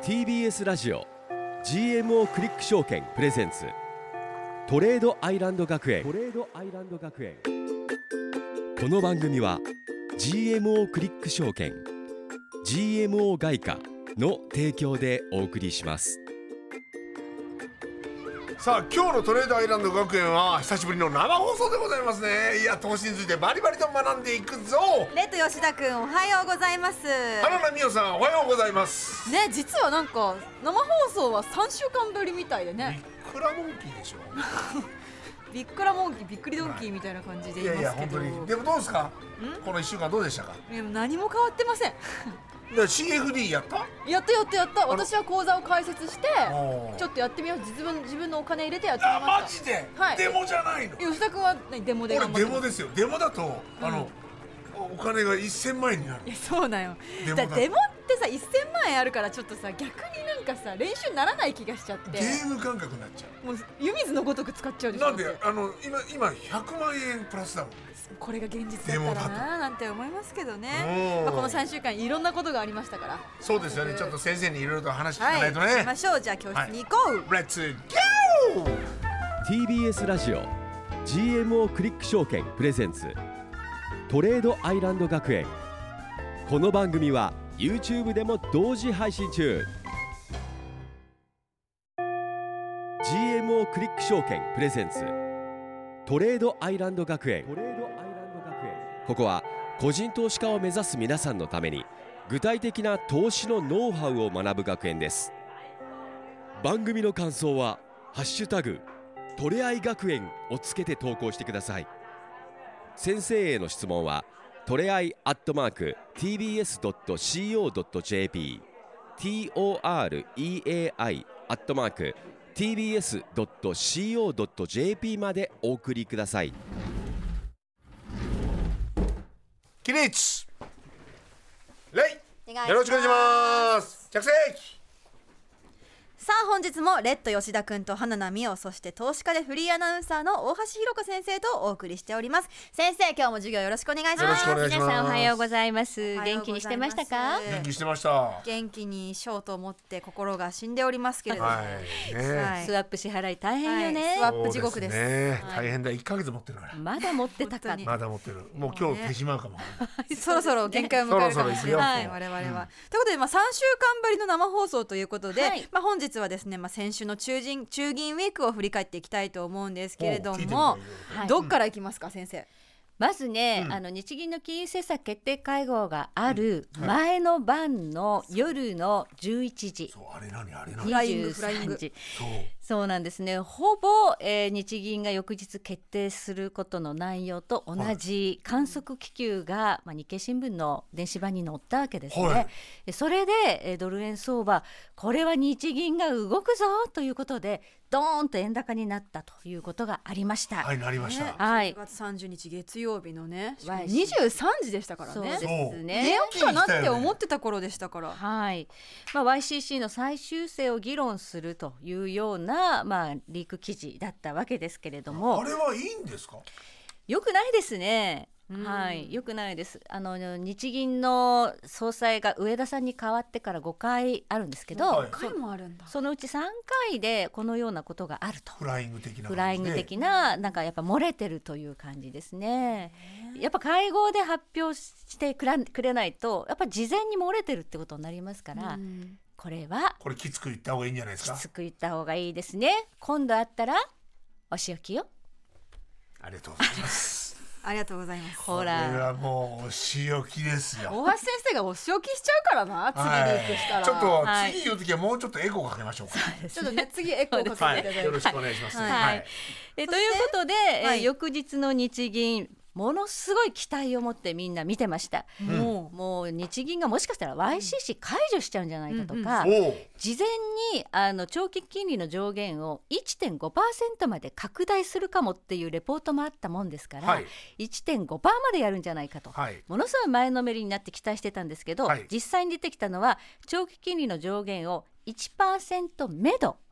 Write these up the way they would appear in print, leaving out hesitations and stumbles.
TBS ラジオ GMO クリック証券プレゼンツトレードアイランド学園。この番組は GMO クリック証券 GMO 外貨の提供でお送りします。 さあ今日のトレードアイランド学園は久しぶりの生放送でございますね。いや、投資についてバリバリと学んでいくぞ。 レッド吉田くん、おはようございます。 花名美代さん、おはようございますね。実はなんか生放送は3週間ぶりみたいでね。 ビックラモンキーでしょビックラモンキー、びっくりドンキーみたいな感じで言いますけど。 いやいや本当に。でもどうですか、この1週間どうでしたか。 いや、何も変わってません CFD やった？ やった私は口座を開設してちょっとやってみよう。自分のお金入れてやってみました。 マジで、 はい、 デモじゃないの。 吉田君はデモで頑張って。 俺デモですよ。デモだとお金が1000万円になる。 いや、そうだよ。デモってさ、1000万円あるからちょっとさ、逆になんかさ、練習にならない気がしちゃって。 ゲーム感覚になっちゃう。 もう湯水のごとく使っちゃうでしょ。 なんで今100万円プラスだもん。 これが現実だったらななんて思いますけどね。この3週間いろんなことがありましたから。 そうですよね。ちょっと先生にいろいろと話聞かないとね。 行きましょう。じゃあ教室に行こう。 レッツゴー。 TBS ラジオ GMO クリック証券プレゼンツトレードアイランド学園。この番組は YouTube でも同時配信中。 GMO クリック証券プレゼンツトレードアイランド学園。ここは個人投資家を目指す皆さんのために具体的な投資のノウハウを学ぶ学園です。番組の感想はハッシュタグトレアイ学園をつけて投稿してください。先生への質問はトレアイ@tbs.co.jp toreai@tbs.co.jp までお送りください。 起立礼。 お願いします。 よろしくお願いします。着席。 さあ本日もレッド吉田くんと花名美代、そして投資家でフリーアナウンサーの大橋ひろ子先生とお送りしております。先生、今日も授業よろしくお願いします。 よろしくお願いします。 皆さんおはようございます。元気にしてましたか？ 元気してました。 元気にしようと思って心が死んでおりますけれども、 はいね、 スワップ支払い大変よね。 スワップ地獄ですね、大変だ。1ヶ月持ってるから。 まだ持ってたか。 まだ持ってる。もう今日手しまうかも。 そろそろ限界を迎えるかもしれない、我々は。ということで、3週間ぶりの生放送ということで、本日はですね、先週の中銀ウィークを振り返っていきたいと思うんですけれども、どっからいきますか、先生。 まずね、日銀の金融政策決定会合がある前の晩の夜の11時、 そう、あれ何 23時、そうなんですね。ほぼ、日銀が翌日決定することの内容と同じ観測気球が、日経新聞の電子版に載ったわけですね。それで、ドル円相場、これは日銀が動くぞということでドーンと円高になったということがありました。 はい、なりました。 10月30日月曜日のね、23時でしたからね。 そうですね。 寝ようかなって思ってた頃でしたから。 はい。YCC の再修正を議論するというような、リーク記事だったわけですけれども、 あれはいいんですか？ よくないですね。はい、よくないです。日銀の総裁が上田さんに代わってから5回あるんですけど、 5回もあるんだ。 そのうち3回でこのようなことがあると。 フライング的ななんかやっぱ漏れてるという感じですね。やっぱ会合で発表してくれないと、やっぱ事前に漏れてるってことになりますから、これきつく言った方がいいんじゃないですか？ きつく言った方がいいですね。今度あったらお仕置きよ。 ありがとうございますありがとうございます。 これはもうお仕置きですよ。 大橋先生がお仕置きしちゃうからな、次に行くしたら。 ちょっと次言うときはもうちょっとエコーかけましょうか。 ちょっとね、次エコーかけていただいて、 よろしくお願いします。 ということで、翌日の日銀、ものすごい期待を持ってみんな見てました。もう日銀がもしかしたら YCC 解除しちゃうんじゃないかとか、事前に長期金利の上限を 1.5% まで拡大するかもっていうレポートもあったもんですから、1.5% までやるんじゃないかと、ものすごい前のめりになって期待してたんですけど、実際に出てきたのは長期金利の上限を 1% 目処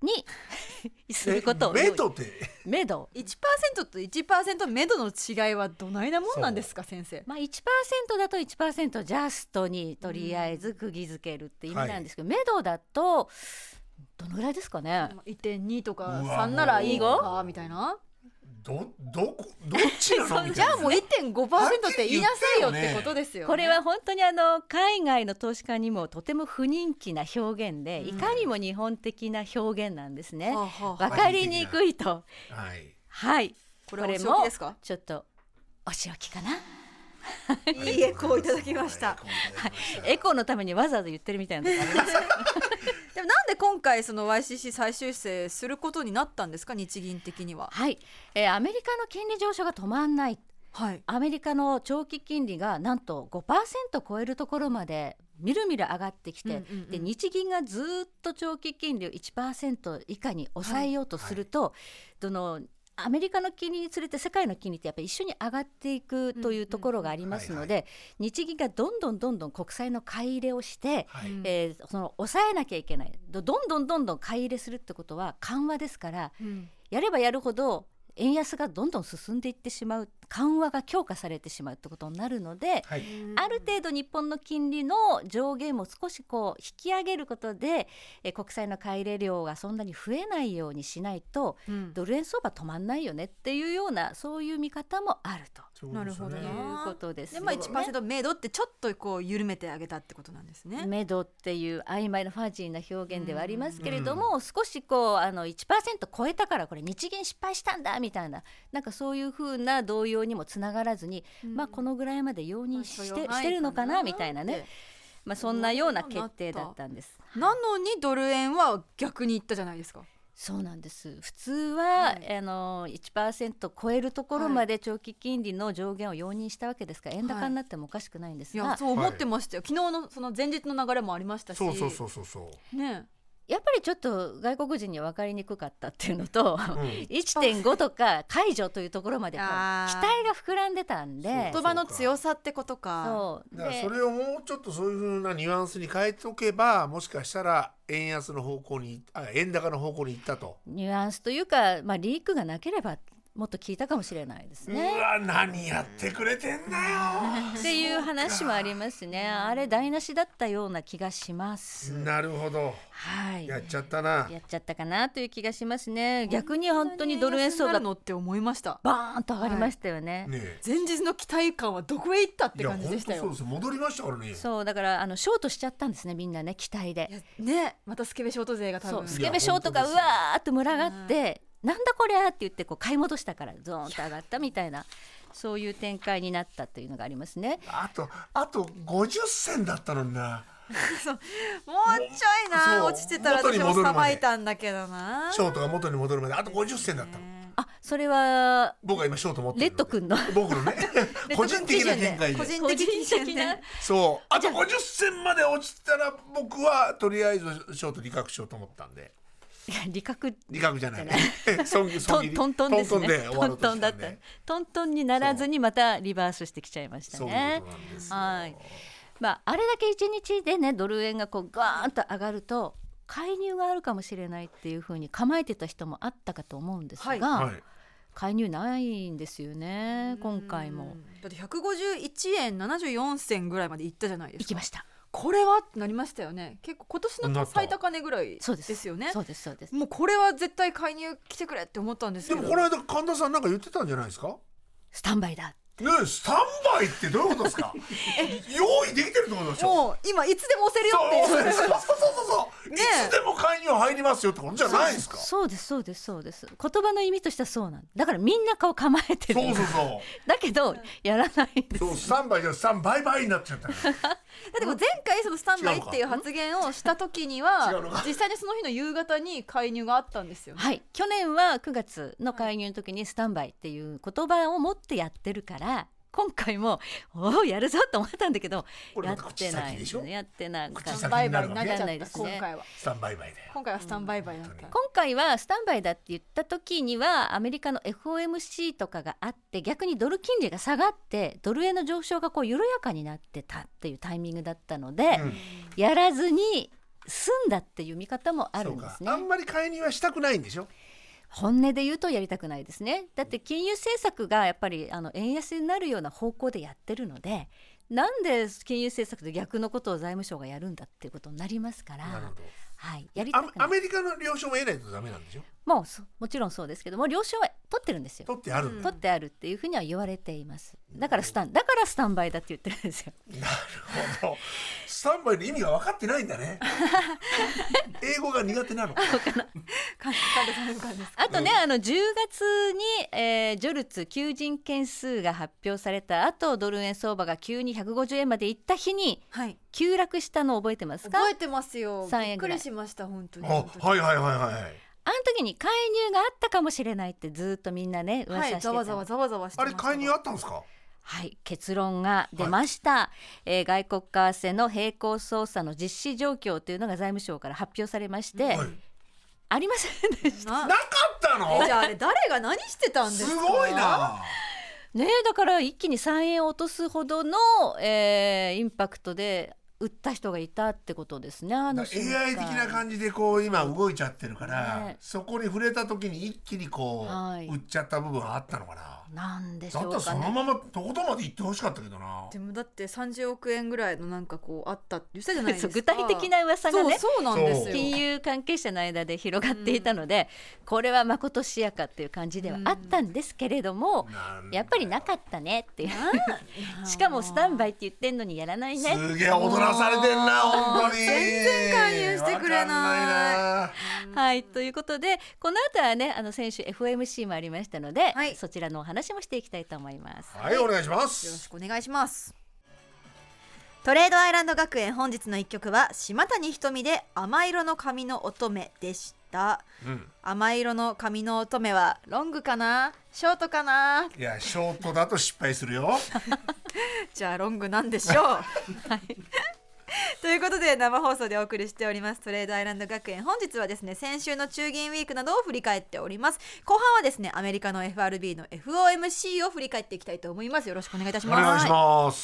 にすることをメドってメド 1% と 1% メドの違いはどないなもんなんですか先生。 まあ、1% だと 1% ジャストにとりあえず釘付けるって意味なんですけど、メドだとどのぐらいですかね。 1.2 とか3ならいいかみたいな。 どっちなのみたいな。 じゃあもう 1.5% って言いなさいよってことですよね。 これは本当に海外の投資家にもとても不人気な表現で、いかにも日本的な表現なんですね。わかりにくいと。はい、 これもちょっとお仕置きかな。 いいエコーいただきました。 エコーのためにわざわざ言ってるみたいなとこあります。 でもなんで今回その YCC 再修正することになったんですか、日銀的には。 はい、アメリカの金利上昇が止まんない、はい、アメリカの長期金利がなんと 5% 超えるところまでみるみる上がってきて、で日銀がずっと長期金利を 1% 以下に抑えようとすると、アメリカの金利につれて世界の金利ってやっぱり一緒に上がっていくというところがありますので、日銀がどんどん国債の買い入れをして、その抑えなきゃいけない。どんどん買い入れするってことは緩和ですから、やればやるほど円安がどんどん進んでいってしまう、緩和が強化されてしまうってことになるので、ある程度日本の金利の上限も少し引き上げることで、国債の買い入れ量がそんなに増えないようにしないと、ドル円相場止まんないよねっていうような、そういう見方もあると。 なるほど、 いうことです。 で、1% メドってちょっと緩めてあげたってことなんですね。 メドっていう曖昧なファジーな表現ではありますけれども、少し1% 超えたからこれ日銀失敗したんだみたいな、なんかそういう風な動揺にもつながらずに、このぐらいまで容認してるのかなみたいなね、そんなような決定だったんです。 なのにドル円は逆にいったじゃないですか。 そうなんです。普通は、1% 超えるところまで長期金利の上限を容認したわけですから、円高になってもおかしくないんですが、 いやそう思ってましたよ。昨日のその前日の流れもありましたし、 そうね。 やっぱりちょっと外国人には分かりにくかったっていうのと、1.5 とか解除というところまで期待が膨らんでたんで、 言葉の強さってことか。 だからそれをもうちょっとそういう風なニュアンスに変えておけば、もしかしたら円安の方向に円高の方向に行ったと。 ニュアンスというか、リークがなければもっと聞いたかもしれないですね。 うわ、何やってくれてんだよっていう話もありますね。あれ台無しだったような気がします。 なるほど、 はい、 やっちゃったな、 やっちゃったかなという気がしますね。逆に本当にドル円相場のって思いました。 バーンと上がりましたよね。 前日の期待感はどこへ行ったって感じでしたよ。 そうです、戻りましたからね。 そうだからショートしちゃったんですね、みんなね、期待でね。またスケベショート勢が多分、 スケベショートがうわーっと群がって、なんだこりゃって言って買い戻したからゾーンと上がったみたいな、そういう展開になったというのがありますね。 あと50銭だったのになもうちょいな、落ちてたら私もさばいたんだけどな。 ショートが元に戻るまであと50銭だったの。 それは僕が今ショート持ってるレッド君の僕のね個人的な見解で、 個人的な、 そうあと50銭まで落ちたら僕はとりあえずショート利確しようと思ったんで。 利確じゃないトントンですね。 トントンだった。 トントンにならずにまたリバースしてきちゃいましたね。はい。あれだけ1日でね、ドル円がガーンと上がると介入があるかもしれないっていうふうに構えてた人もあったかと思うんですが、介入ないんですよね、今回も。 だって151円74銭ぐらいまで行ったじゃないですか。 行きました。 これはってなりましたよね。結構今年の最高値ぐらいですよね。 そうですそうです。 もうこれは絶対介入来てくれって思ったんですけど。 でもこの間神田さんなんか言ってたんじゃないですか。 スタンバイだ。 スタンバイってどういうことですか用意できてるってことでしょ。 もう今いつでも押せるよってそういつでも介入入りますよってことじゃないですか。 そうです言葉の意味としてはそうなんだから、みんな顔構えてる。だけどやらないんです。 スタンバイじゃスタンバイバイになっちゃったでも前回そのスタンバイっていう発言をした時には実際にその日の夕方に介入があったんですよね。 はい、去年は9月の介入の時にスタンバイっていう言葉を持ってやってるから、今回もやるぞと思ったんだけど、やってないですね。やってないスタンバイバイになっちゃった。今回はスタンバイバイで、 今回はスタンバイバイだった。 今回はスタンバイだって言った時にはアメリカの FOMC とかがあって、逆にドル金利が下がってドル円の上昇が緩やかになってたっていうタイミングだったので、やらずに済んだっていう見方もあるんですね。 あんまり介入はしたくないんでしょ。 本音で言うとやりたくないですね。だって金融政策がやっぱり円安になるような方向でやってるので、なんで金融政策で逆のことを財務省がやるんだっていうことになりますから。 なるほど。 はい、やりたくない。 アメリカの了承も得ないとダメなんでしょ。 もちろんそうですけども、了承は取ってるんですよ。 取ってあるんだ。 取ってあるっていうふうには言われています。だからスタンバイだって言ってるんですよ。 なるほど。スタンバイの意味が分かってないんだね。英語が苦手なの。 あとね、10月に、ジョルツ求人件数が発表された後、ドル円相場が急に150円までいった日に、はい、急落したのを覚えてますか？ 覚えてますよ。 3円ぐらい。 びっくりしました本当に。 はいはいはいはい。 あの時に介入があったかもしれないってずっとみんなね噂してた、 はい、ざわざわしてました。 あれ介入あったんですか？ はい、結論が出ました、外国為替の並行操作の実施状況というのが財務省から発表されまして、ありませんでした。 なかったの？ じゃああれ誰が何してたんですか？ すごいな。 ね、だから一気に3円落とすほどの、インパクトで売った人がいたってことですね。 AI 的な感じでこう今動いちゃってるから、そこに触れた時に一気にこう、売っちゃった部分あったのかな。 なんでしょうかね。 だったらそのままとことんまで行ってほしかったけどな。 でもだって30億円ぐらいのなんかこうあったって言ってたじゃないですか。 具体的な噂がね、 そうなんですよ。 金融関係者の間で広がっていたので、これはまことしやかっていう感じではあったんですけれども、やっぱりなかったねっていうしかもスタンバイって言ってんのにやらないね。 すげえ踊らされてんな本当に。 全然介入してくれない。 はい、ということでこの後はね先週 FOMC もありましたので、そちらのお話もしていきたいと思います。 はい、お願いします。 よろしくお願いします。トレードアイランド学園、本日の一曲は島谷ひとみで甘色の髪の乙女でした。甘色の髪の乙女はロングかなショートかな。 いやショートだと失敗するよじゃあロングなんでしょうはいということで生放送でお送りしておりますトレードアイランド学園、本日はですね先週の中銀ウィークなどを振り返っております。後半はですねアメリカの FRB の FOMC を振り返っていきたいと思います。よろしくお願いいたします。 お願いします。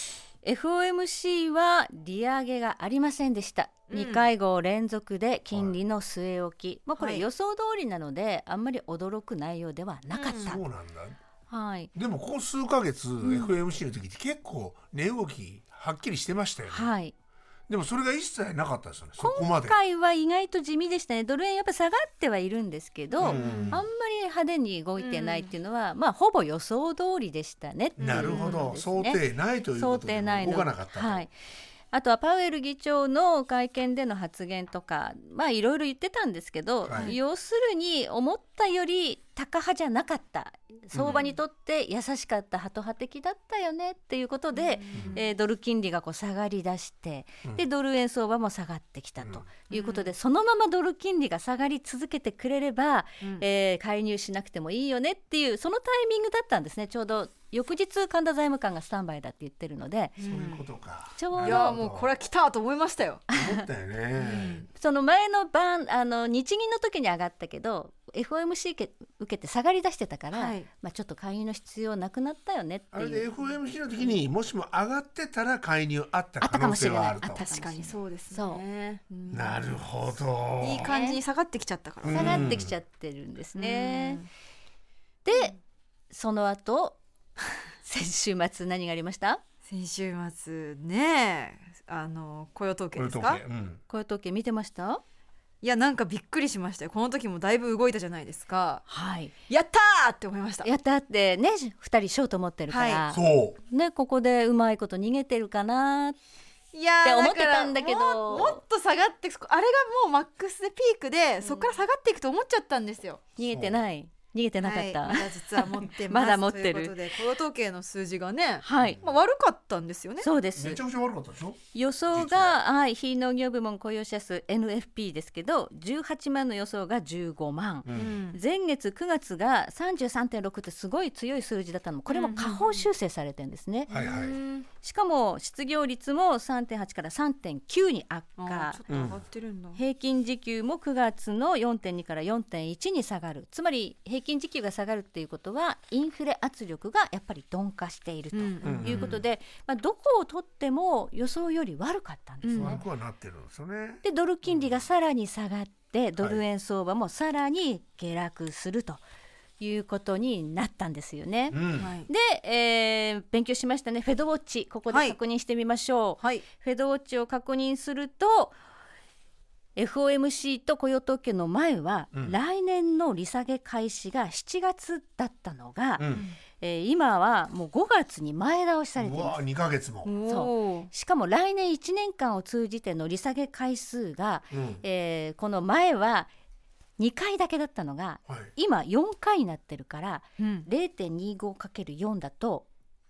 FOMC は利上げがありませんでした。2会合連続で金利の据え置き、これ予想通りなので、あんまり驚く内容ではなかった。 そうなんだ。 はい、 でもここ数ヶ月、FOMC の時って結構値動きはっきりしてましたよね。 はい、 でもそれが一切なかったですよね。そこまで今回は意外と地味でしたね。ドル円やっぱ下がってはいるんですけど、あんまり派手に動いてないっていうのは、ほぼ予想通りでしたね。 なるほど、想定ないということで動かなかったと。 はい、あとはパウエル議長の会見での発言とかいろいろ言ってたんですけど、要するに思ったより高派じゃなかった、相場にとって優しかったハト派的だったよねっていうことで、ドル金利が下がりだして、でドル円相場も下がってきたということで、そのままドル金利が下がり続けてくれれば、介入しなくてもいいよねっていうそのタイミングだったんですね。ちょうど翌日神田財務官がスタンバイだって言ってるので、 そういうことか。 ちょうどいやもうこれは来たと思いましたよ。 思ったよねその前の晩日銀の時に上がったけど FOMC 受けて下がり出してたから、ちょっと介入の必要なくなったよねっていう。 あれで FOMC の時にもしも上がってたら介入あった可能性はあると。 確かにそうですね。 なるほど。 いい感じに下がってきちゃったから、 下がってきちゃってるんですね。でその後先週末何がありました？ 先週末ね雇用統計ですか？ 雇用統計見てました？ いやなんかびっくりしましたよ。この時もだいぶ動いたじゃないですか。 はい、 やったーって思いました。 やったってね、2人ショート持ってるから、 そうね、ここでうまいこと逃げてるかなって思ってたんだけど、 もっと下がって、あれがもうマックスでピークで、そこから下がっていくと思っちゃったんですよ。 逃げてない、逃げてなかった、 まだ実は持ってますまだ持ってるということで雇用統計の数字がね、 悪かったんですよね。 そうです。 めちゃくちゃ悪かったでしょ。 予想が、非農業部門雇用者数 NFP ですけど18万の予想が15万、前月9月が 33.6 ってすごい強い数字だったのもこれも下方修正されてるんですね。しかも失業率も 3.8 から 3.9 に悪化。 ちょっと上がってるんだ。 平均時給も9月の 4.2 から 4.1 に下がる。つまり平平均時給が下がるっていうことはインフレ圧力がやっぱり鈍化しているということで、どこを取っても予想より悪かったんですね。 悪くはなってるんですよね。 でドル金利がさらに下がってドル円相場もさらに下落するということになったんですよね。で、勉強しましたね。フェドウォッチ、ここで確認してみましょう。フェドウォッチを確認するとFOMC と雇用統計の前は、来年の利下げ開始が7月だったのが、今はもう5月に前倒しされています。 2ヶ月も。 そうしかも来年1年間を通じての利下げ回数が、この前は2回だけだったのが、今4回になってるから、0.25×4 だと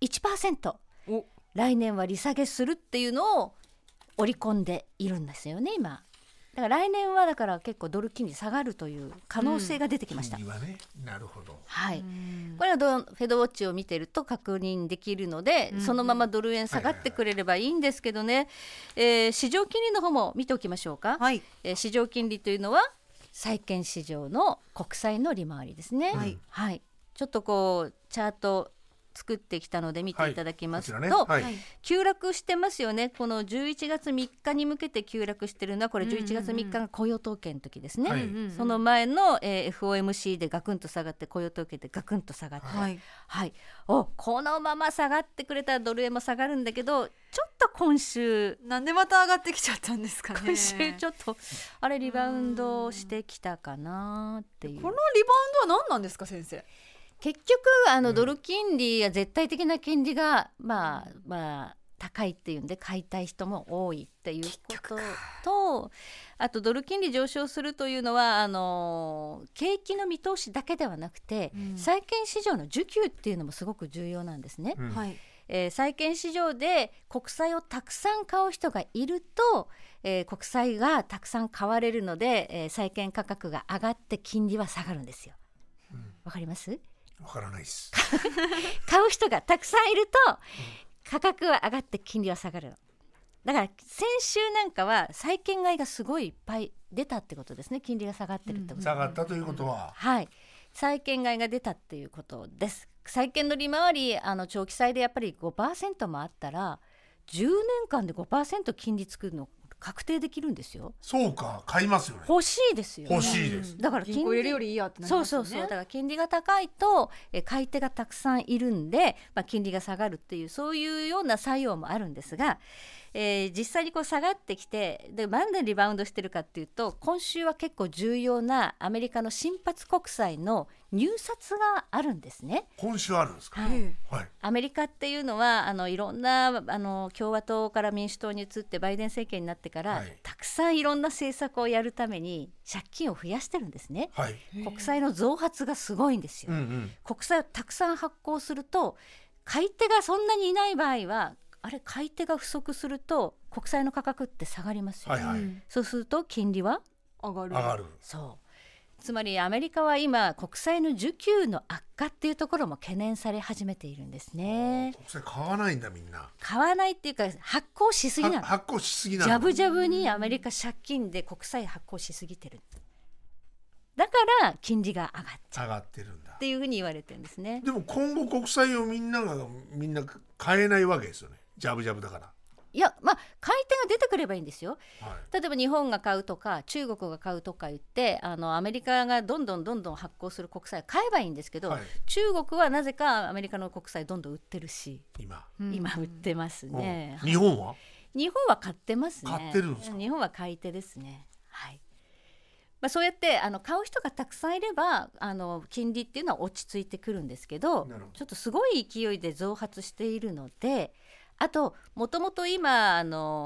1%、来年は利下げするっていうのを織り込んでいるんですよね今。だから来年はだから結構ドル金利下がるという可能性が出てきました。 金利はね、なるほど。 はい。これはフェドウォッチを見てると確認できるので、そのままドル円下がってくれればいいんですけどね。市場金利の方も見ておきましょうか。市場金利というのは債券市場の国債の利回りですね。ちょっとこうチャート作ってきたので見ていただきますと、急落してますよね。この11月3日に向けて急落してるのはこれ11月3日が雇用統計の時ですね。その前の、FOMC でガクンと下がって雇用統計でガクンと下がって、このまま下がってくれたらドル円も下がるんだけど、ちょっと今週なんでまた上がってきちゃったんですかね。 今週ちょっとあれリバウンドしてきたかなっていう。 このリバウンドは何なんですか先生。 結局ドル金利や絶対的な金利が高いっていうんで買いたい人も多いっていうことと、あとドル金利上昇するというのは景気の見通しだけではなくて、債券市場の需給っていうのもすごく重要なんですね。債券市場で国債をたくさん買う人がいると、国債がたくさん買われるので、債券価格が上がって金利は下がるんですよ。わかります？ わからないです。 買う人がたくさんいると、価格は上がって金利は下がるの。だから先週なんかは債券買いがすごいいっぱい出たってことですね。金利が下がってるってこと、 下がったということは、 債券買いが出たっていうことです。債券の利回り長期債でやっぱり 5% もあったら10年間で 5% 金利つくの確定できるんですよ。 そうか、買いますよね。 欲しいですよね。 欲しいです。 だから金利入れるよりいいやってなりますよね。 だから金利が高いと買い手がたくさんいるんで、金利が下がるっていうそういうような作用もあるんですが、実際にこう下がってきて、でなんでリバウンドしてるかっていうと、今週は結構重要なアメリカの新発国債の入札があるんですね。 今週あるんですか。 アメリカっていうのはいろんな共和党から民主党に移ってバイデン政権になってから、たくさんいろんな政策をやるために借金を増やしてるんですね。国債の増発がすごいんですよ。国債をたくさん発行すると、買い手がそんなにいない場合は買い手が不足すると国債の価格って下がりますよ、そうすると金利は上がる。 そうつまりアメリカは今国債の需給の悪化っていうところも懸念され始めているんですね。 国債買わないんだ。みんな買わないっていうか発行しすぎなの。 発行しすぎなの。 ジャブジャブにアメリカ借金で国債発行しすぎてる。だから金利が上がっちゃう、 上がってるんだっていうふうに言われてるんですね。 でも今後国債をみんな買えないわけですよね。ジャブジャブだから。 いや買い手が出てくればいいんですよ、例えば日本が買うとか中国が買うとか言ってアメリカがどんどん発行する国債を買えばいいんですけど、中国はなぜかアメリカの国債どんどん売ってるし、今売ってますね。 日本は買ってますね。 買ってるんですか。 日本は買い手ですね。そうやって買う人がたくさんいれば金利っていうのは落ち着いてくるんですけど、ちょっとすごい勢いで増発しているので、あともともと今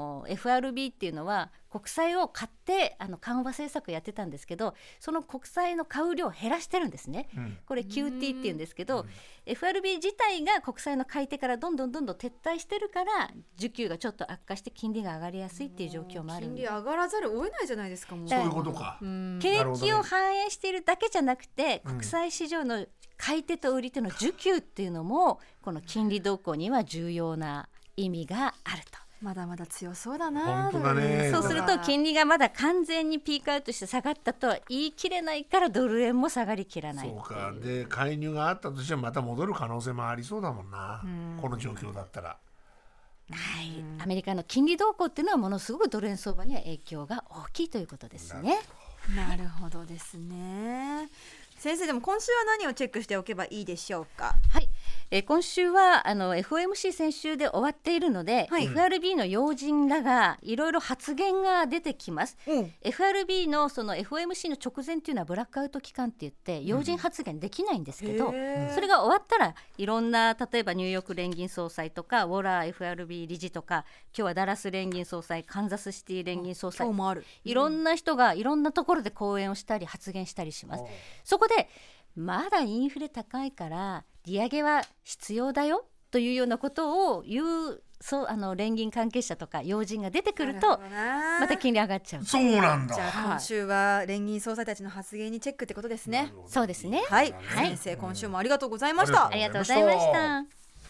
FRB っていうのは国債を買って緩和政策やってたんですけど、その国債の買う量を減らしてるんですね、これ QT っていうんですけど、FRB 自体が国債の買い手からどんどん撤退してるから需給がちょっと悪化して金利が上がりやすいっていう状況もあるんで、 金利上がらざるを得ないじゃないですか。もうそういうことか。 景気を反映しているだけじゃなくて、国際市場の買い手と売り手の需給っていうのもこの金利動向には重要な意味があると。 まだまだ強そうだな。 本当だね。 そうすると金利がまだ完全にピークアウトして下がったとは言い切れないからドル円も下がりきらない。 そうか。で介入があったとしてもまた戻る可能性もありそうだもんな、この状況だったら。 はい、アメリカの金利動向っていうのはものすごくドル円相場には影響が大きいということですね。 なるほどですね。先生、でも今週は何をチェックしておけばいいでしょうか。 はい、今週はFOMC 先週で終わっているので、FRB の要人らがいろいろ発言が出てきます。FRB のその FOMC の直前っていうのはブラックアウト期間って言って要人発言できないんですけど、それが終わったらいろんな、例えばニューヨーク連銀総裁とかウォラー FRB 理事とか、今日はダラス連銀総裁、カンザスシティ連銀総裁、 今日もある、 いろんな人がいろんなところで講演をしたり発言したりします。そこでまだインフレ高いから利上げは必要だよというようなことを言う、連銀関係者とか要人が出てくるとまた金利上がっちゃう。 そうなんだ。 じゃあ今週は連銀総裁たちの発言にチェックってことですね。 そうですね。 はい、先生、今週もありがとうございました。 ありがとうございました。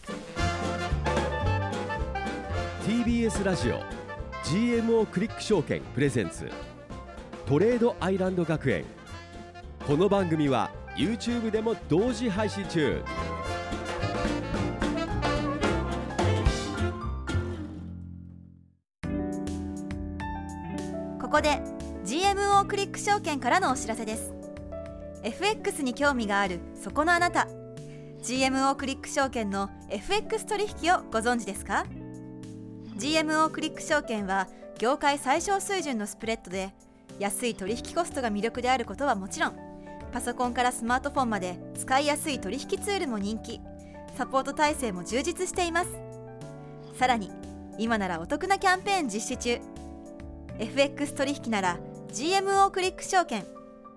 TBS ラジオ GMO クリック証券プレゼンツトレードアイランド学園。この番組は YouTube でも同時配信中。 ここで GMO クリック証券からのお知らせです。 FX に興味があるそこのあなた、 GMO クリック証券の FX 取引をご存知ですか？ GMO クリック証券は業界最小水準のスプレッドで、安い取引コストが魅力であることはもちろん、パソコンからスマートフォンまで使いやすい取引ツールも人気、サポート体制も充実しています。さらに今ならお得なキャンペーン実施中。 FX 取引なら GMO クリック証券。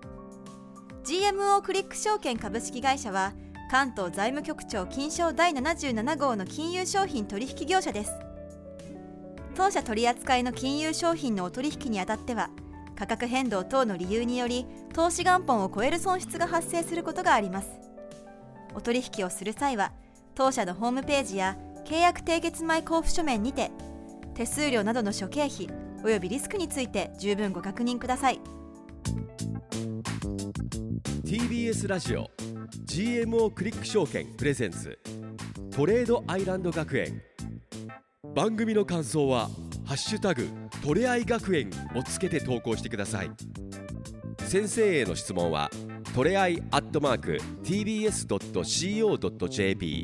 GMO クリック証券株式会社は関東財務局長金商第77号の金融商品取引業者です。当社取扱いの金融商品のお取引にあたっては、価格変動等の理由により投資元本を超える損失が発生することがあります。お取引をする際は当社のホームページや契約締結前交付書面にて、手数料などの諸経費およびリスクについて十分ご確認ください。 TBS ラジオ GMO クリック証券プレゼンツトレードアイランド学園。番組の感想はハッシュタグトレアイ学園をつけて投稿してください。先生への質問はトレアイ@tbs.co.jp。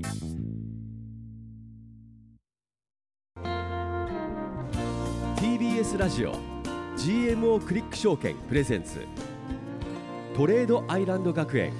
TBS ラジオ GMO クリック証券プレゼンツトレードアイランド学園。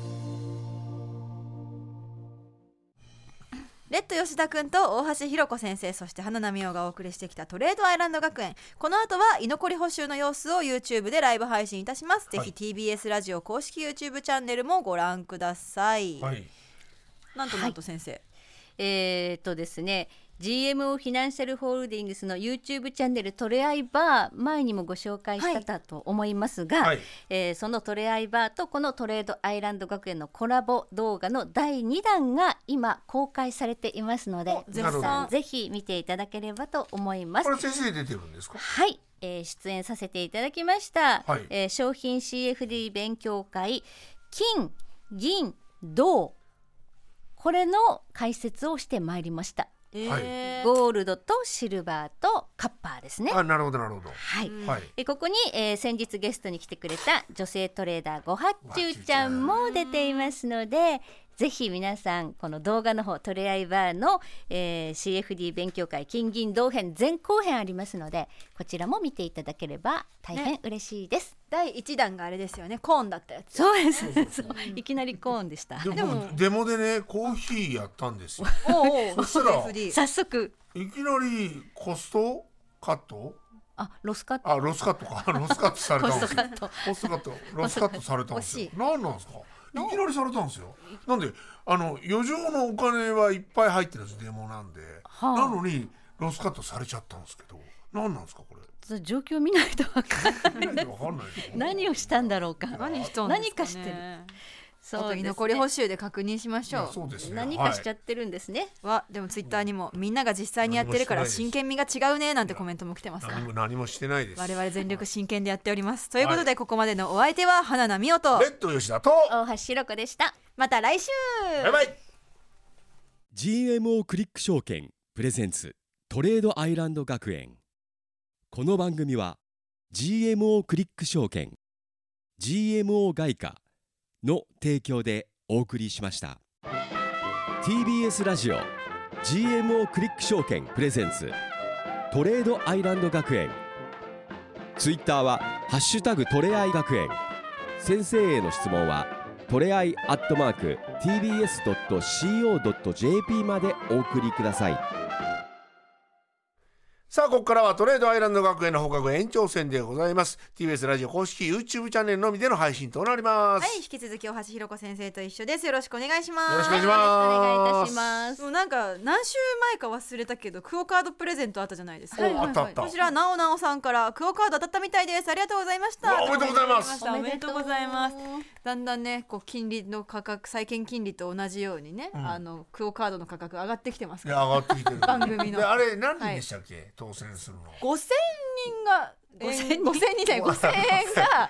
レッド吉田くんと大橋ひろ子先生、そして花奈美桜がお送りしてきたトレードアイランド学園。この後は居残り補修の様子を YouTube でライブ配信いたします。ぜひ TBS ラジオ公式 YouTube チャンネルもご覧ください。なんと先生、 ですね、GMO フィナンシャルホールディングスの YouTube チャンネルトレアイバー、前にもご紹介したと思いますが、そのトレアイバーとこのトレードアイランド学園のコラボ動画の第2弾が今公開されていますので、ぜひ見ていただければと思います。 これ先生出てるんですか？ はい、出演させていただきました、商品 CFD 勉強会金銀銅、これの解説をしてまいりました。ゴールドとシルバーとカッパーですね。 なるほどなるほど。 ここに、先日ゲストに来てくれた女性トレーダーごはっちゅうちゃんも出ていますので、ぜひ皆さんこの動画の方トレアイバーの、CFD 勉強会金銀銅編前後編ありますので、こちらも見ていただければ大変嬉しいです。 第1弾があれですよね、コーンだったやつ。 そうですいきなりコーンでした。 でもデモでねコーヒーやったんですよ。 そしたら早速いきなりコストカット、 ロスカット、 ロスカットかロスカットされたんですよ。ロスカットされたんですよ。何なんですか、いきなりされたんですよ。なんで余剰のお金はいっぱい入ってるんですデモなんで、なのにロスカットされちゃったんですけど、何なんですかこれ。 状況見ないと分からない分かんない何をしたんだろうか。 何かしてる。 そうですね、居残り補修で確認しましょう。 そうですね、 何かしちゃってるんですね。 でもツイッターにもみんなが実際にやってるから真剣味が違うねなんてコメントも来てます。 何もしてないです。 我々全力真剣でやっております。ということでここまでのお相手は花奈美音とレッド吉田と大橋ひろ子でした。 また来週。 バイバイ。 GMO クリック証券プレゼンツトレードアイランド学園。この番組は GMO クリック証券 GMO 外貨の提供でお送りしました。 TBS ラジオ GMO クリック証券プレゼンツトレードアイランド学園。ツイッターはハッシュタグトレアイ学園。先生への質問はトレアイ@tbs.co.jp までお送りください。 さあここからはトレードアイランド学園の放課後延長戦でございます。 TBS ラジオ公式 YouTube チャンネルのみでの配信となります。 はい、引き続き大橋ひろ子先生と一緒です。よろしくお願いします。 よろしくお願いしお願いいます。 たします。 もうなんか何週前か忘れたけどクオカードプレゼントあったじゃないですか。 あったあった。 こちらなおなおさんからクオカード当たったみたいです。ありがとうございました。 おめでとうございます。 おめでとうございます。だんだんねこう金利の価格債券金利と同じようにね、クオカードの価格上がってきてますから。 上がってきてる番組のであれ何人でしたっけ、当選するの。 5000人が5000人じゃない5000円が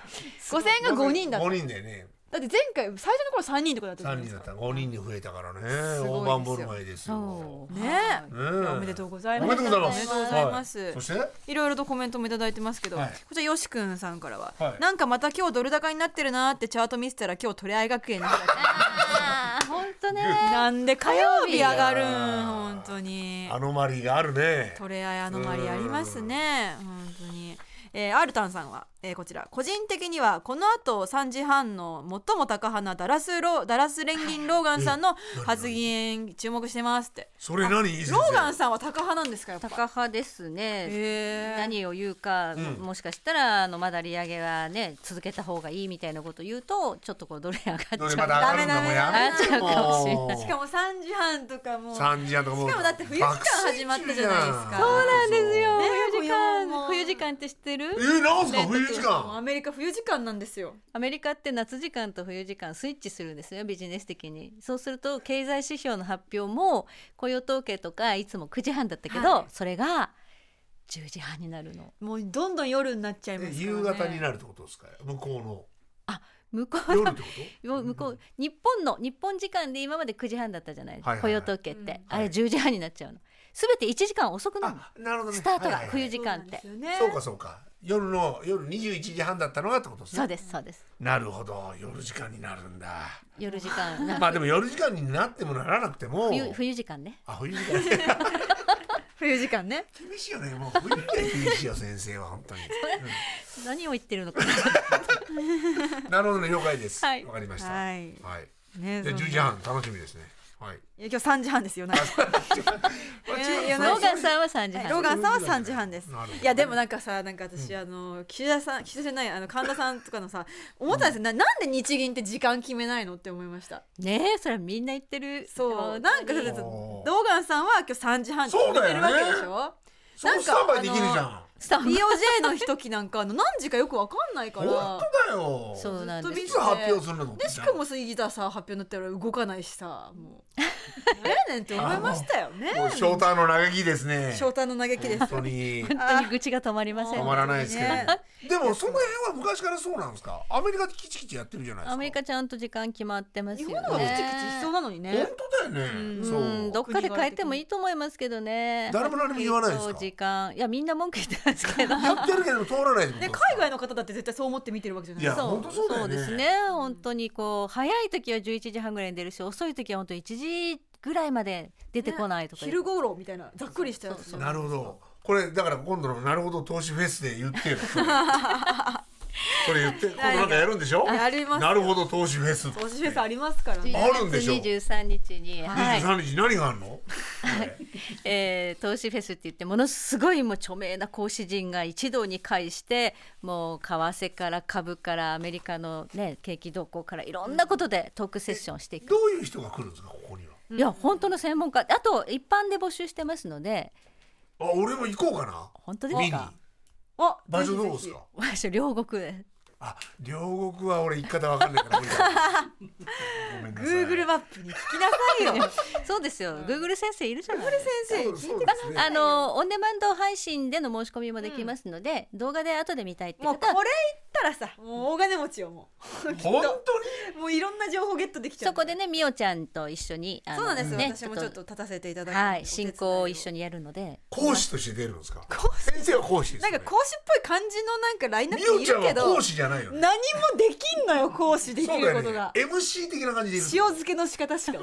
5人だった。 5人でね。 だって前回最初の頃3人とかだったじゃない 3 ですか。 人だったら5人に増えたからね。 すごいですよ大盤振る舞いですよ。 ねえ、おめでとうございます。 おめでとうございます。 おめでとうございます。 そしていろいろとコメントもいただいてますけど、こちらよしくんさんからは、 はいなんかまた今日ドル高になってるなってチャート見せたら今日トレアイ学園の日だった。 本当ね。 なんで火曜日上がるん本当に。 アノマリーがあるね。 トレアイアノマリありますね本当に。アルタンさんは、こちら個人的にはこの後3時半の最も高派なダラス連銀ローガンさんの発言注目してますって。 それ何いい先生。 ローガンさんは高派なんですか。やっぱ高派ですね。何を言うか、もしかしたらまだ利上げはね続けた方がいいみたいなことを言うとちょっとこうドル上がっちゃう。 ダメだね。 上がっちゃうかもしれない。 しかも3時半とかも 3時半とかもうしかもだって冬時間始まったじゃないですか。 そうなんですよ、 ね、 冬時間って知ってる？ なんすか冬時間。 アメリカ冬時間なんですよ。 アメリカって夏時間と冬時間スイッチするんですよ、ビジネス的に。そうすると経済指標の発表も雇用統計とかいつも9時半だったけど、それが10時半になるの。 もうどんどん夜になっちゃいますからね。 夕方になるってことですか。向こうの向こう夜ってこと？ 向こう日本時間で今まで9時半だったじゃないですか、雇用統計って、あれ10時半になっちゃうの。すべて1時間遅くなるの。 なるほどね。 スタートが冬時間って。 そうか夜21時半だったのがってことですね。 そうです。 なるほど、夜時間になるんだ。 夜時間まあでも夜時間になってもならなくても冬時間ね。 冬時間冬時間ね。 厳しいよね。もう冬時間厳しいよ先生は本当に。 何を言ってるのかなるほどね、了解です。わはいかりました。 はい。 ね、じゃあ10時半楽しみですね。はい。 いや今日3時半ですよ。なんかローガンさんは3時半。 ローガンさんは3時半です。いやでもなんかさ、なんか私岸田じゃない神田さんとかのさ思ったんですよ。なんで日銀って時間決めないのって思いましたね。それはみんな言ってる。 そうなんかローガンさんは今日3時半って決めてるわけでしょ。 そうスタンバイできるじゃん。 BOJ の時なんか何時かよく分かんないから。 本当だよ。 そうなんです。 いつ発表するの？ でしかもいざさ発表になったら動かないしさ、もう何やねんって思いましたよね。 もうショーターの嘆きですね。 ショーターの嘆きです。 本当に愚痴が止まりません。 止まらないですけど。でもその辺は昔からそうなんですか。アメリカでキチキチやってるじゃないですか。 アメリカちゃんと時間決まってますよね。 日本はキチキチしそうなのにね。 本当だよね。そう。 どっかで変えてもいいと思いますけどね。 誰も何も言わないですか。 時間いやみんな文句言ってますけど。 言ってるけど通らない。 で海外の方だって絶対そう思って見てるわけじゃないですか。 いや本当そうだよね。 そうですね。本当にこう早い時は11時半ぐらいに出るし、遅い時は本当1時ぐらいまで出てこないとか。 昼頃みたいなざっくりしたやつ。 なるほど。これだから今度のなるほど投資フェスで言ってよ。これ言って今度なんかやるんでしょ。 やります。 なるほど投資フェス。 投資フェスありますからね。 あるんでしょ。 23日に。 23日何があるの？ 投資フェスって言ってものすごいもう著名な講師陣が一堂に会してもう為替から株からアメリカのね景気動向からいろんなことでトークセッションしていく。 どういう人が来るんですかここには。 いや本当の専門家、あと一般で募集してますので。 俺も行こうかな。 本当ですか。 場所どうですか。 場所両国で。 両国は俺行き方わかんないから無理だ。ごめんなさい。 Google マップに聞きなさいよ。 そうですよ、Google 先生いるじゃない。 Google 先生聞いてください。 オンデマンド配信での申し込みもできますので、動画で後で見たいって方はもうこれ言ったらさ、もう大金持ちよ。もう本当にもういろんな情報ゲットできちゃう。 そこでね、みおちゃんと一緒にそうなんですよ、 ね、 私もちょっと立たせていただきはい、進行を一緒にやるので。 講師として出るんですか。先生は講師ですよね。 なんか講師っぽい感じのなんかラインナップいみおちゃんはるけど、 講師じゃないよね。 何もできんのよ、講師できることが。 そうだよね、MC 的な感じでいる。 塩漬けの仕方しか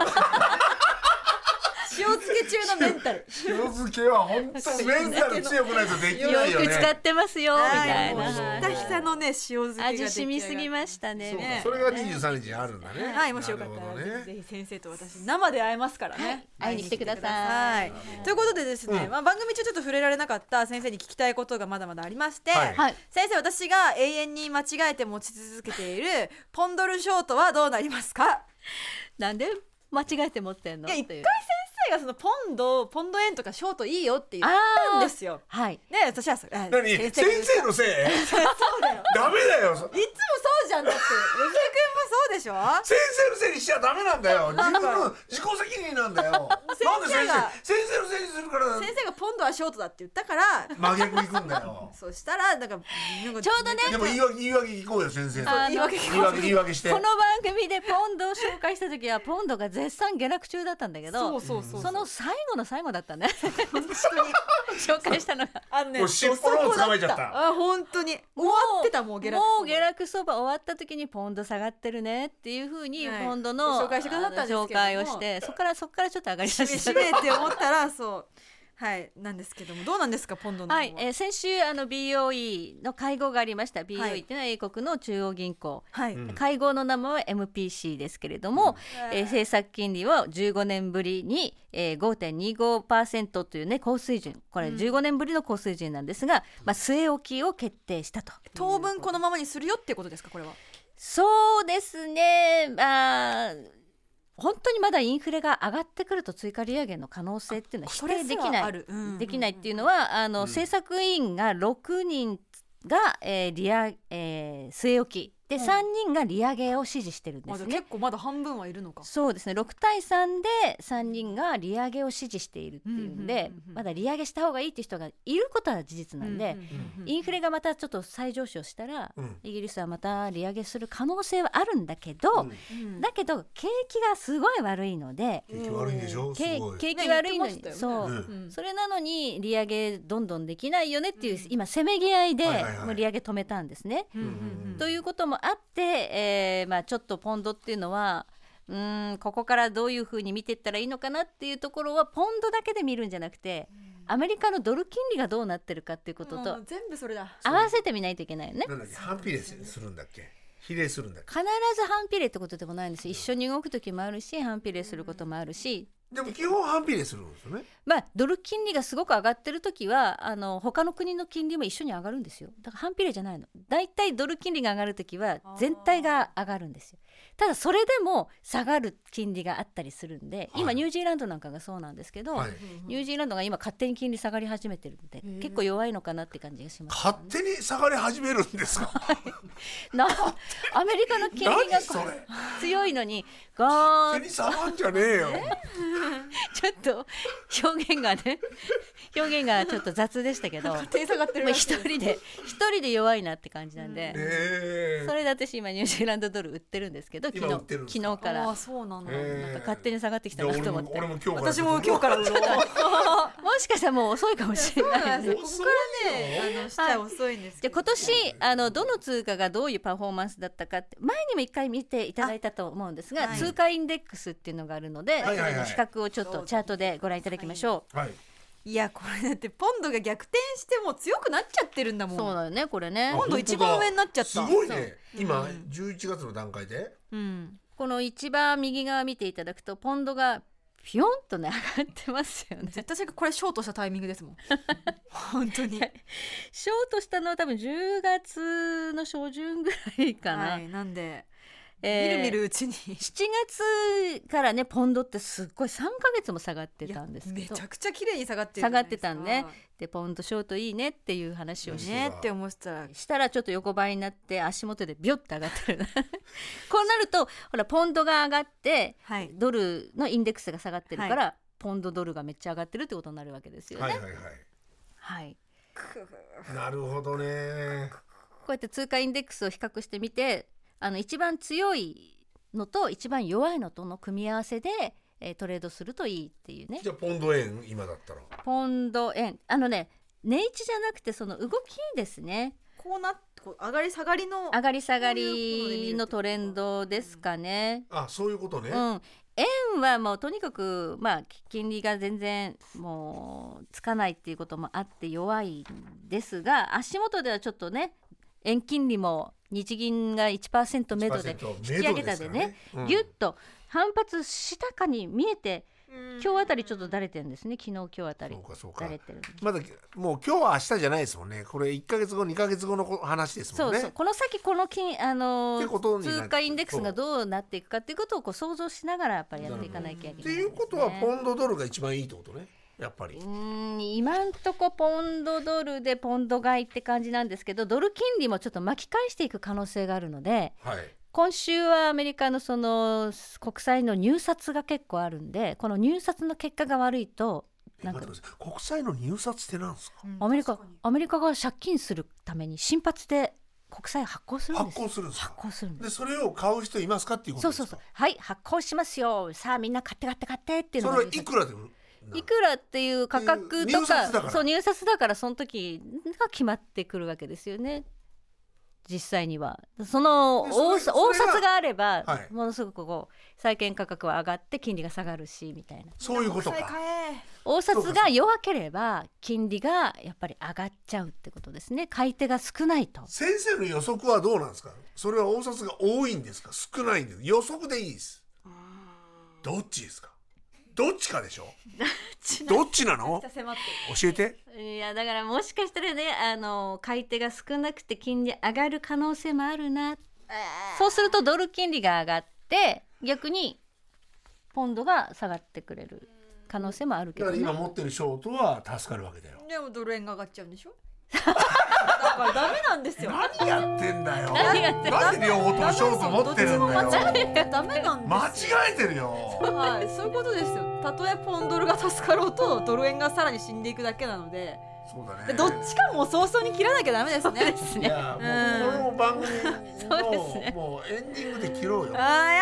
塩漬け中のメンタル。 塩漬けは本当メンタル強くないとできないよね。 よく使ってますよみたいな。 ひたひたのね、塩漬けが味染みすぎましたね。 ね、 それが23日にあるんだね。 はい、もしよかったら、ぜひ先生と私生で会えますからね。 会いに来てください。 ということでですね、番組中ちょっと触れられなかった先生に聞きたいことがまだまだありまして、先生、私が永遠に間違えて持ち続けているポンドルショートはどうなりますか。 なんで間違えて持ってんの。 いや、一回先生がそのポンド円とかショートいいよって言ったんですよ。 はい。 で、私は何先生のせいそうだよ。 ダメだよ。いつもそうじゃん。だって吉田君もそうでしょ。 先生のせいにしちゃダメなんだよ。自己責任なんだよ。なんで先生のせいにするから。 先生がポンドはショートだって言ったから真逆いくんだよ。 そしたらなんかちょうどね。 でも言い訳聞こうよ、先生。言い訳して。 この番組でポンドを紹介した時はポンドが絶賛下落中だったんだけど、その最後の最後だったね。紹介したのがもう尻尾の方捕まえちゃった。 本当に終わってた。もう下落相場終わった時にポンド下がってるねっていう風にポンドの紹介してくださったんですけども、 紹介をして、そこからちょっと上がりました。 締めって思ったらそうはいなんですけども、どうなんですかポンドの方は。 はい、先週BOE の会合がありました。 BOE っていうのは英国の中央銀行、会合の名前は MPC ですけれども、政策金利を15年ぶりに、5.25% というね高水準、これ15年ぶりの高水準なんですが、据え置きを決定したと。 当分このままにするよっていうことですか、これは。 そうですね、本当にまだインフレが上がってくると追加利上げの可能性っていうのは否定できないっていうのは、政策委員が6人が、据え置きで、3人が利上げを指示してるんですね。 結構まだ半分はいるのか。 そうですね、6対3で3人が利上げを指示しているっていうんで、まだ利上げした方がいいっていう人がいることは事実なんで、インフレがまたちょっと再上昇したら、イギリスはまた利上げする可能性はあるんだけど、だけど景気がすごい悪いので、 景気悪いんでしょ。 景気悪いのに、それなのに利上げどんどんできないよねっていう、今せめぎ合いでもう利上げ止めたんですね。ということもあって、ちょっとポンドっていうのはここからどういうふうに見ていったらいいのかなっていうところは、ポンドだけで見るんじゃなくて、アメリカのドル金利がどうなってるかっていうことと全部それだ合わせてみないといけないよね。 なんだっけ、反比例するんだっけ、比例するんだっけ。 必ず反比例ってことでもないんですよ。一緒に動く時もあるし、反比例することもあるし、 でも基本反比例するんですよね。 ドル金利がすごく上がってる時は他の国の金利も一緒に上がるんですよ。だから反比例じゃないの。だいたいドル金利が上がる時は全体が上がるんですよ。ただそれでも下がる金利があったりするんで、今ニュージーランドなんかがそうなんですけど、ニュージーランドが今勝手に金利下がり始めてるんで、結構弱いのかなって感じがします、 勝手に下がり始めるんですか。 アメリカの金利が強いのにガーン、 勝手に下がんじゃねえよ。 ちょっと表現がちょっと雑でしたけど、一人で弱いなって感じなんで、それで私今ニュージーランドドル売ってるんですけど、昨日からそうなんだ、 なんか勝手に下がってきたなと思って、 私も今日から売ろう。 もしかしたらもう遅いかもしれないです。 ここからねしたら遅いんですけど、 今年どの通貨がどういうパフォーマンスだったかって前にも一回見ていただいたと思うんですが、通貨インデックスっていうのがあるので、それの比較をちょっとチャートでご覧いただきましょう。 いやこれだってポンドが逆転しても強くなっちゃってるんだもん。 そうだよね、これね。 ポンド一番上になっちゃった。 すごいね。今11月の段階で、 この一番右側見ていただくと、ポンドがピヨンとね上がってますよね。 絶対これショートしたタイミングですもん。本当にショートしたのは多分10月の初旬ぐらいかな。 なんでみるみるうちに 7月からねポンドってすっごい3ヶ月も下がってたんですけど、 めちゃくちゃ綺麗に下がってる下がってたんね。でポンドショートいいねっていう話をねって思ってたらしたらちょっと横ばいになって足元でビョッて上がってるこうなるとほらポンドが上がって、はい、ドルのインデックスが下がってるから、はい、ポンドドルがめっちゃ上がってるってことになるわけですよね。 はいはいはい、 はい、 なるほどね。 こうやって通貨インデックスを比較してみて一番強いのと一番弱いのとの組み合わせで、トレードするといいっていうね。 じゃあポンド円今だったらポンド円値打ちじゃなくてその動きですね。 こう上がり下がりのトレンドですかね。 あ、そういうことね。 円はもうとにかく、金利が全然もうつかないっていうこともあって弱いんですが、足元ではちょっとね円金利も日銀が 1% 目処で引き上げたでね、ギュッと反発したかに見えて、今日あたりちょっとだれてるんですね。昨日今日あたりだれてる。 まだもう今日は明日じゃないですもんね。これ1ヶ月後2ヶ月後の話ですもんね。 そうこの先この通貨インデックスがどうなっていくかっていうことをこう想像しながらやっぱりやっていかなきゃいけないですね。 っていうことはポンドドルが一番いいってことね。やっぱり今んとこポンドドルでポンド買いって感じなんですけど、ドル金利もちょっと巻き返していく可能性があるので、 はい、 今週はアメリカのその国債の入札が結構あるんで、この入札の結果が悪いと国債の入札ってなんですか？ アメリカが借金するために新発で国債発行するんです。 発行するんです。でそれを買う人いますかっていうことですか？ そうはい発行しますよ、さあみんな買ってっていうのが、 それはいくらで売る？ いくらっていう価格とか入札だからその時が決まってくるわけですよね。実際にはその大札があれば、はい、ものすごくこう債券価格は上がって金利が下がるしみたいな、 そういうことか。 大札が弱ければ金利がやっぱり上がっちゃうってことですね。買い手が少ないと。 先生の予測はどうなんですか？それは大札が多いんですか少ないんですか？予測でいいです。どっちですか？どっちかでしょどっちなの？教えて。 いやだからもしかしたらね買い手が少なくて金利上がる可能性もあるな。そうするとドル金利が上がって逆にポンドが下がってくれる可能性もあるけどね。 だから今持ってるショートは助かるわけだよ。 でもドル円が上がっちゃうんでしょだからダメなんですよ。 何やってんだよ。なんで両方ともショート持ってるんだよ。 ダメなんです。 間違えてるよ。 はい、そういうことですよ。たとえポンドルが助かろうとドル円がさらに死んでいくだけなので。 そうだね。 どっちかも早々に切らなきゃダメですね。 そうですね。 いやもうこの番組のもうエンディングで切ろうよ。 そんな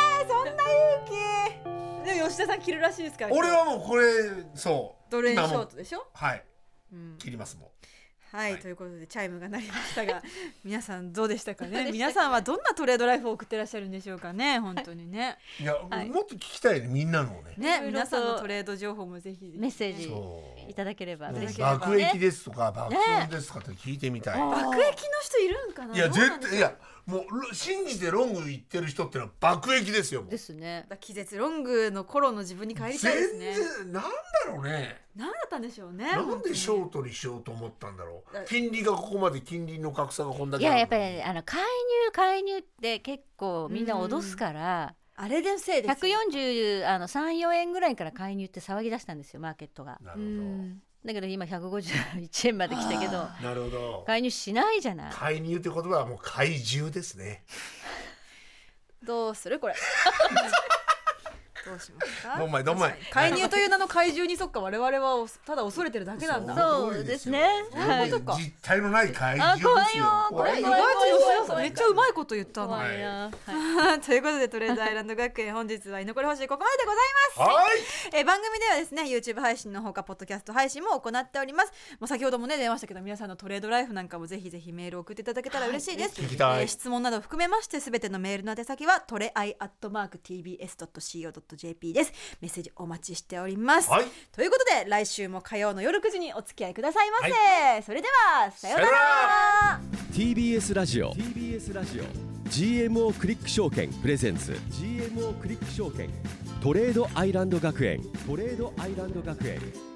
勇気。でも吉田さん切るらしいですから。 俺はもうこれそうドル円ショートでしょ。 はい、切りますもん。 はい、ということでチャイムが鳴りましたが皆さんどうでしたかね。皆さんはどんなトレードライフを送ってらっしゃるんでしょうかね。本当にね。 いや、もっと聞きたいねみんなのね。 皆さんのトレード情報もぜひメッセージいただければ。 爆益ですとか爆損ですとかって聞いてみたい。 爆益の人いるんかな。 いや絶対いやもう信じてロング言ってる人ってのは爆益ですよ。 ですね。 気絶ロングの頃の自分に帰りたいですね。 全然なんだろうね。 何だったんでしょうね。 なんでショートにしようと思ったんだろう。金利がここまで金利の格差がこんだけ。 いややっぱり介入って結構みんな脅すから。 あれでせいです。 143、4円ぐらいから介入って騒ぎ出したんですよマーケットが。 なるほど。 だけど今151円まで来たけどなるほど。 介入しないじゃない。 介入って言葉はもう怪獣ですね。 どうするこれどうしますか。 どんまい介入という名の怪獣にそっか我々はただ恐れてるだけなんだ。 そうですね。 実体のない怪獣ですよ。 怖いよ。めっちゃうまいこと言ったの。ということでトレードアイランド学園本日は居残り補習ここまででございます。はい。番組ではですね YouTube 配信のほかポッドキャスト配信も行っております。もう先ほどもね出ましたけど皆さんのトレードライフなんかもぜひぜひメールを送っていただけたら嬉しいです。 聞きたい。 質問など含めましてすべてのメールの宛先はトレアイ@tbs.co.jp です。メッセージお待ちしております、ということで来週も火曜の夜9時にお付き合いくださいませ、それではさようなら。 TBS ラジオ GMO クリック証券プレゼンツ GMO クリック証券トレードアイランド学園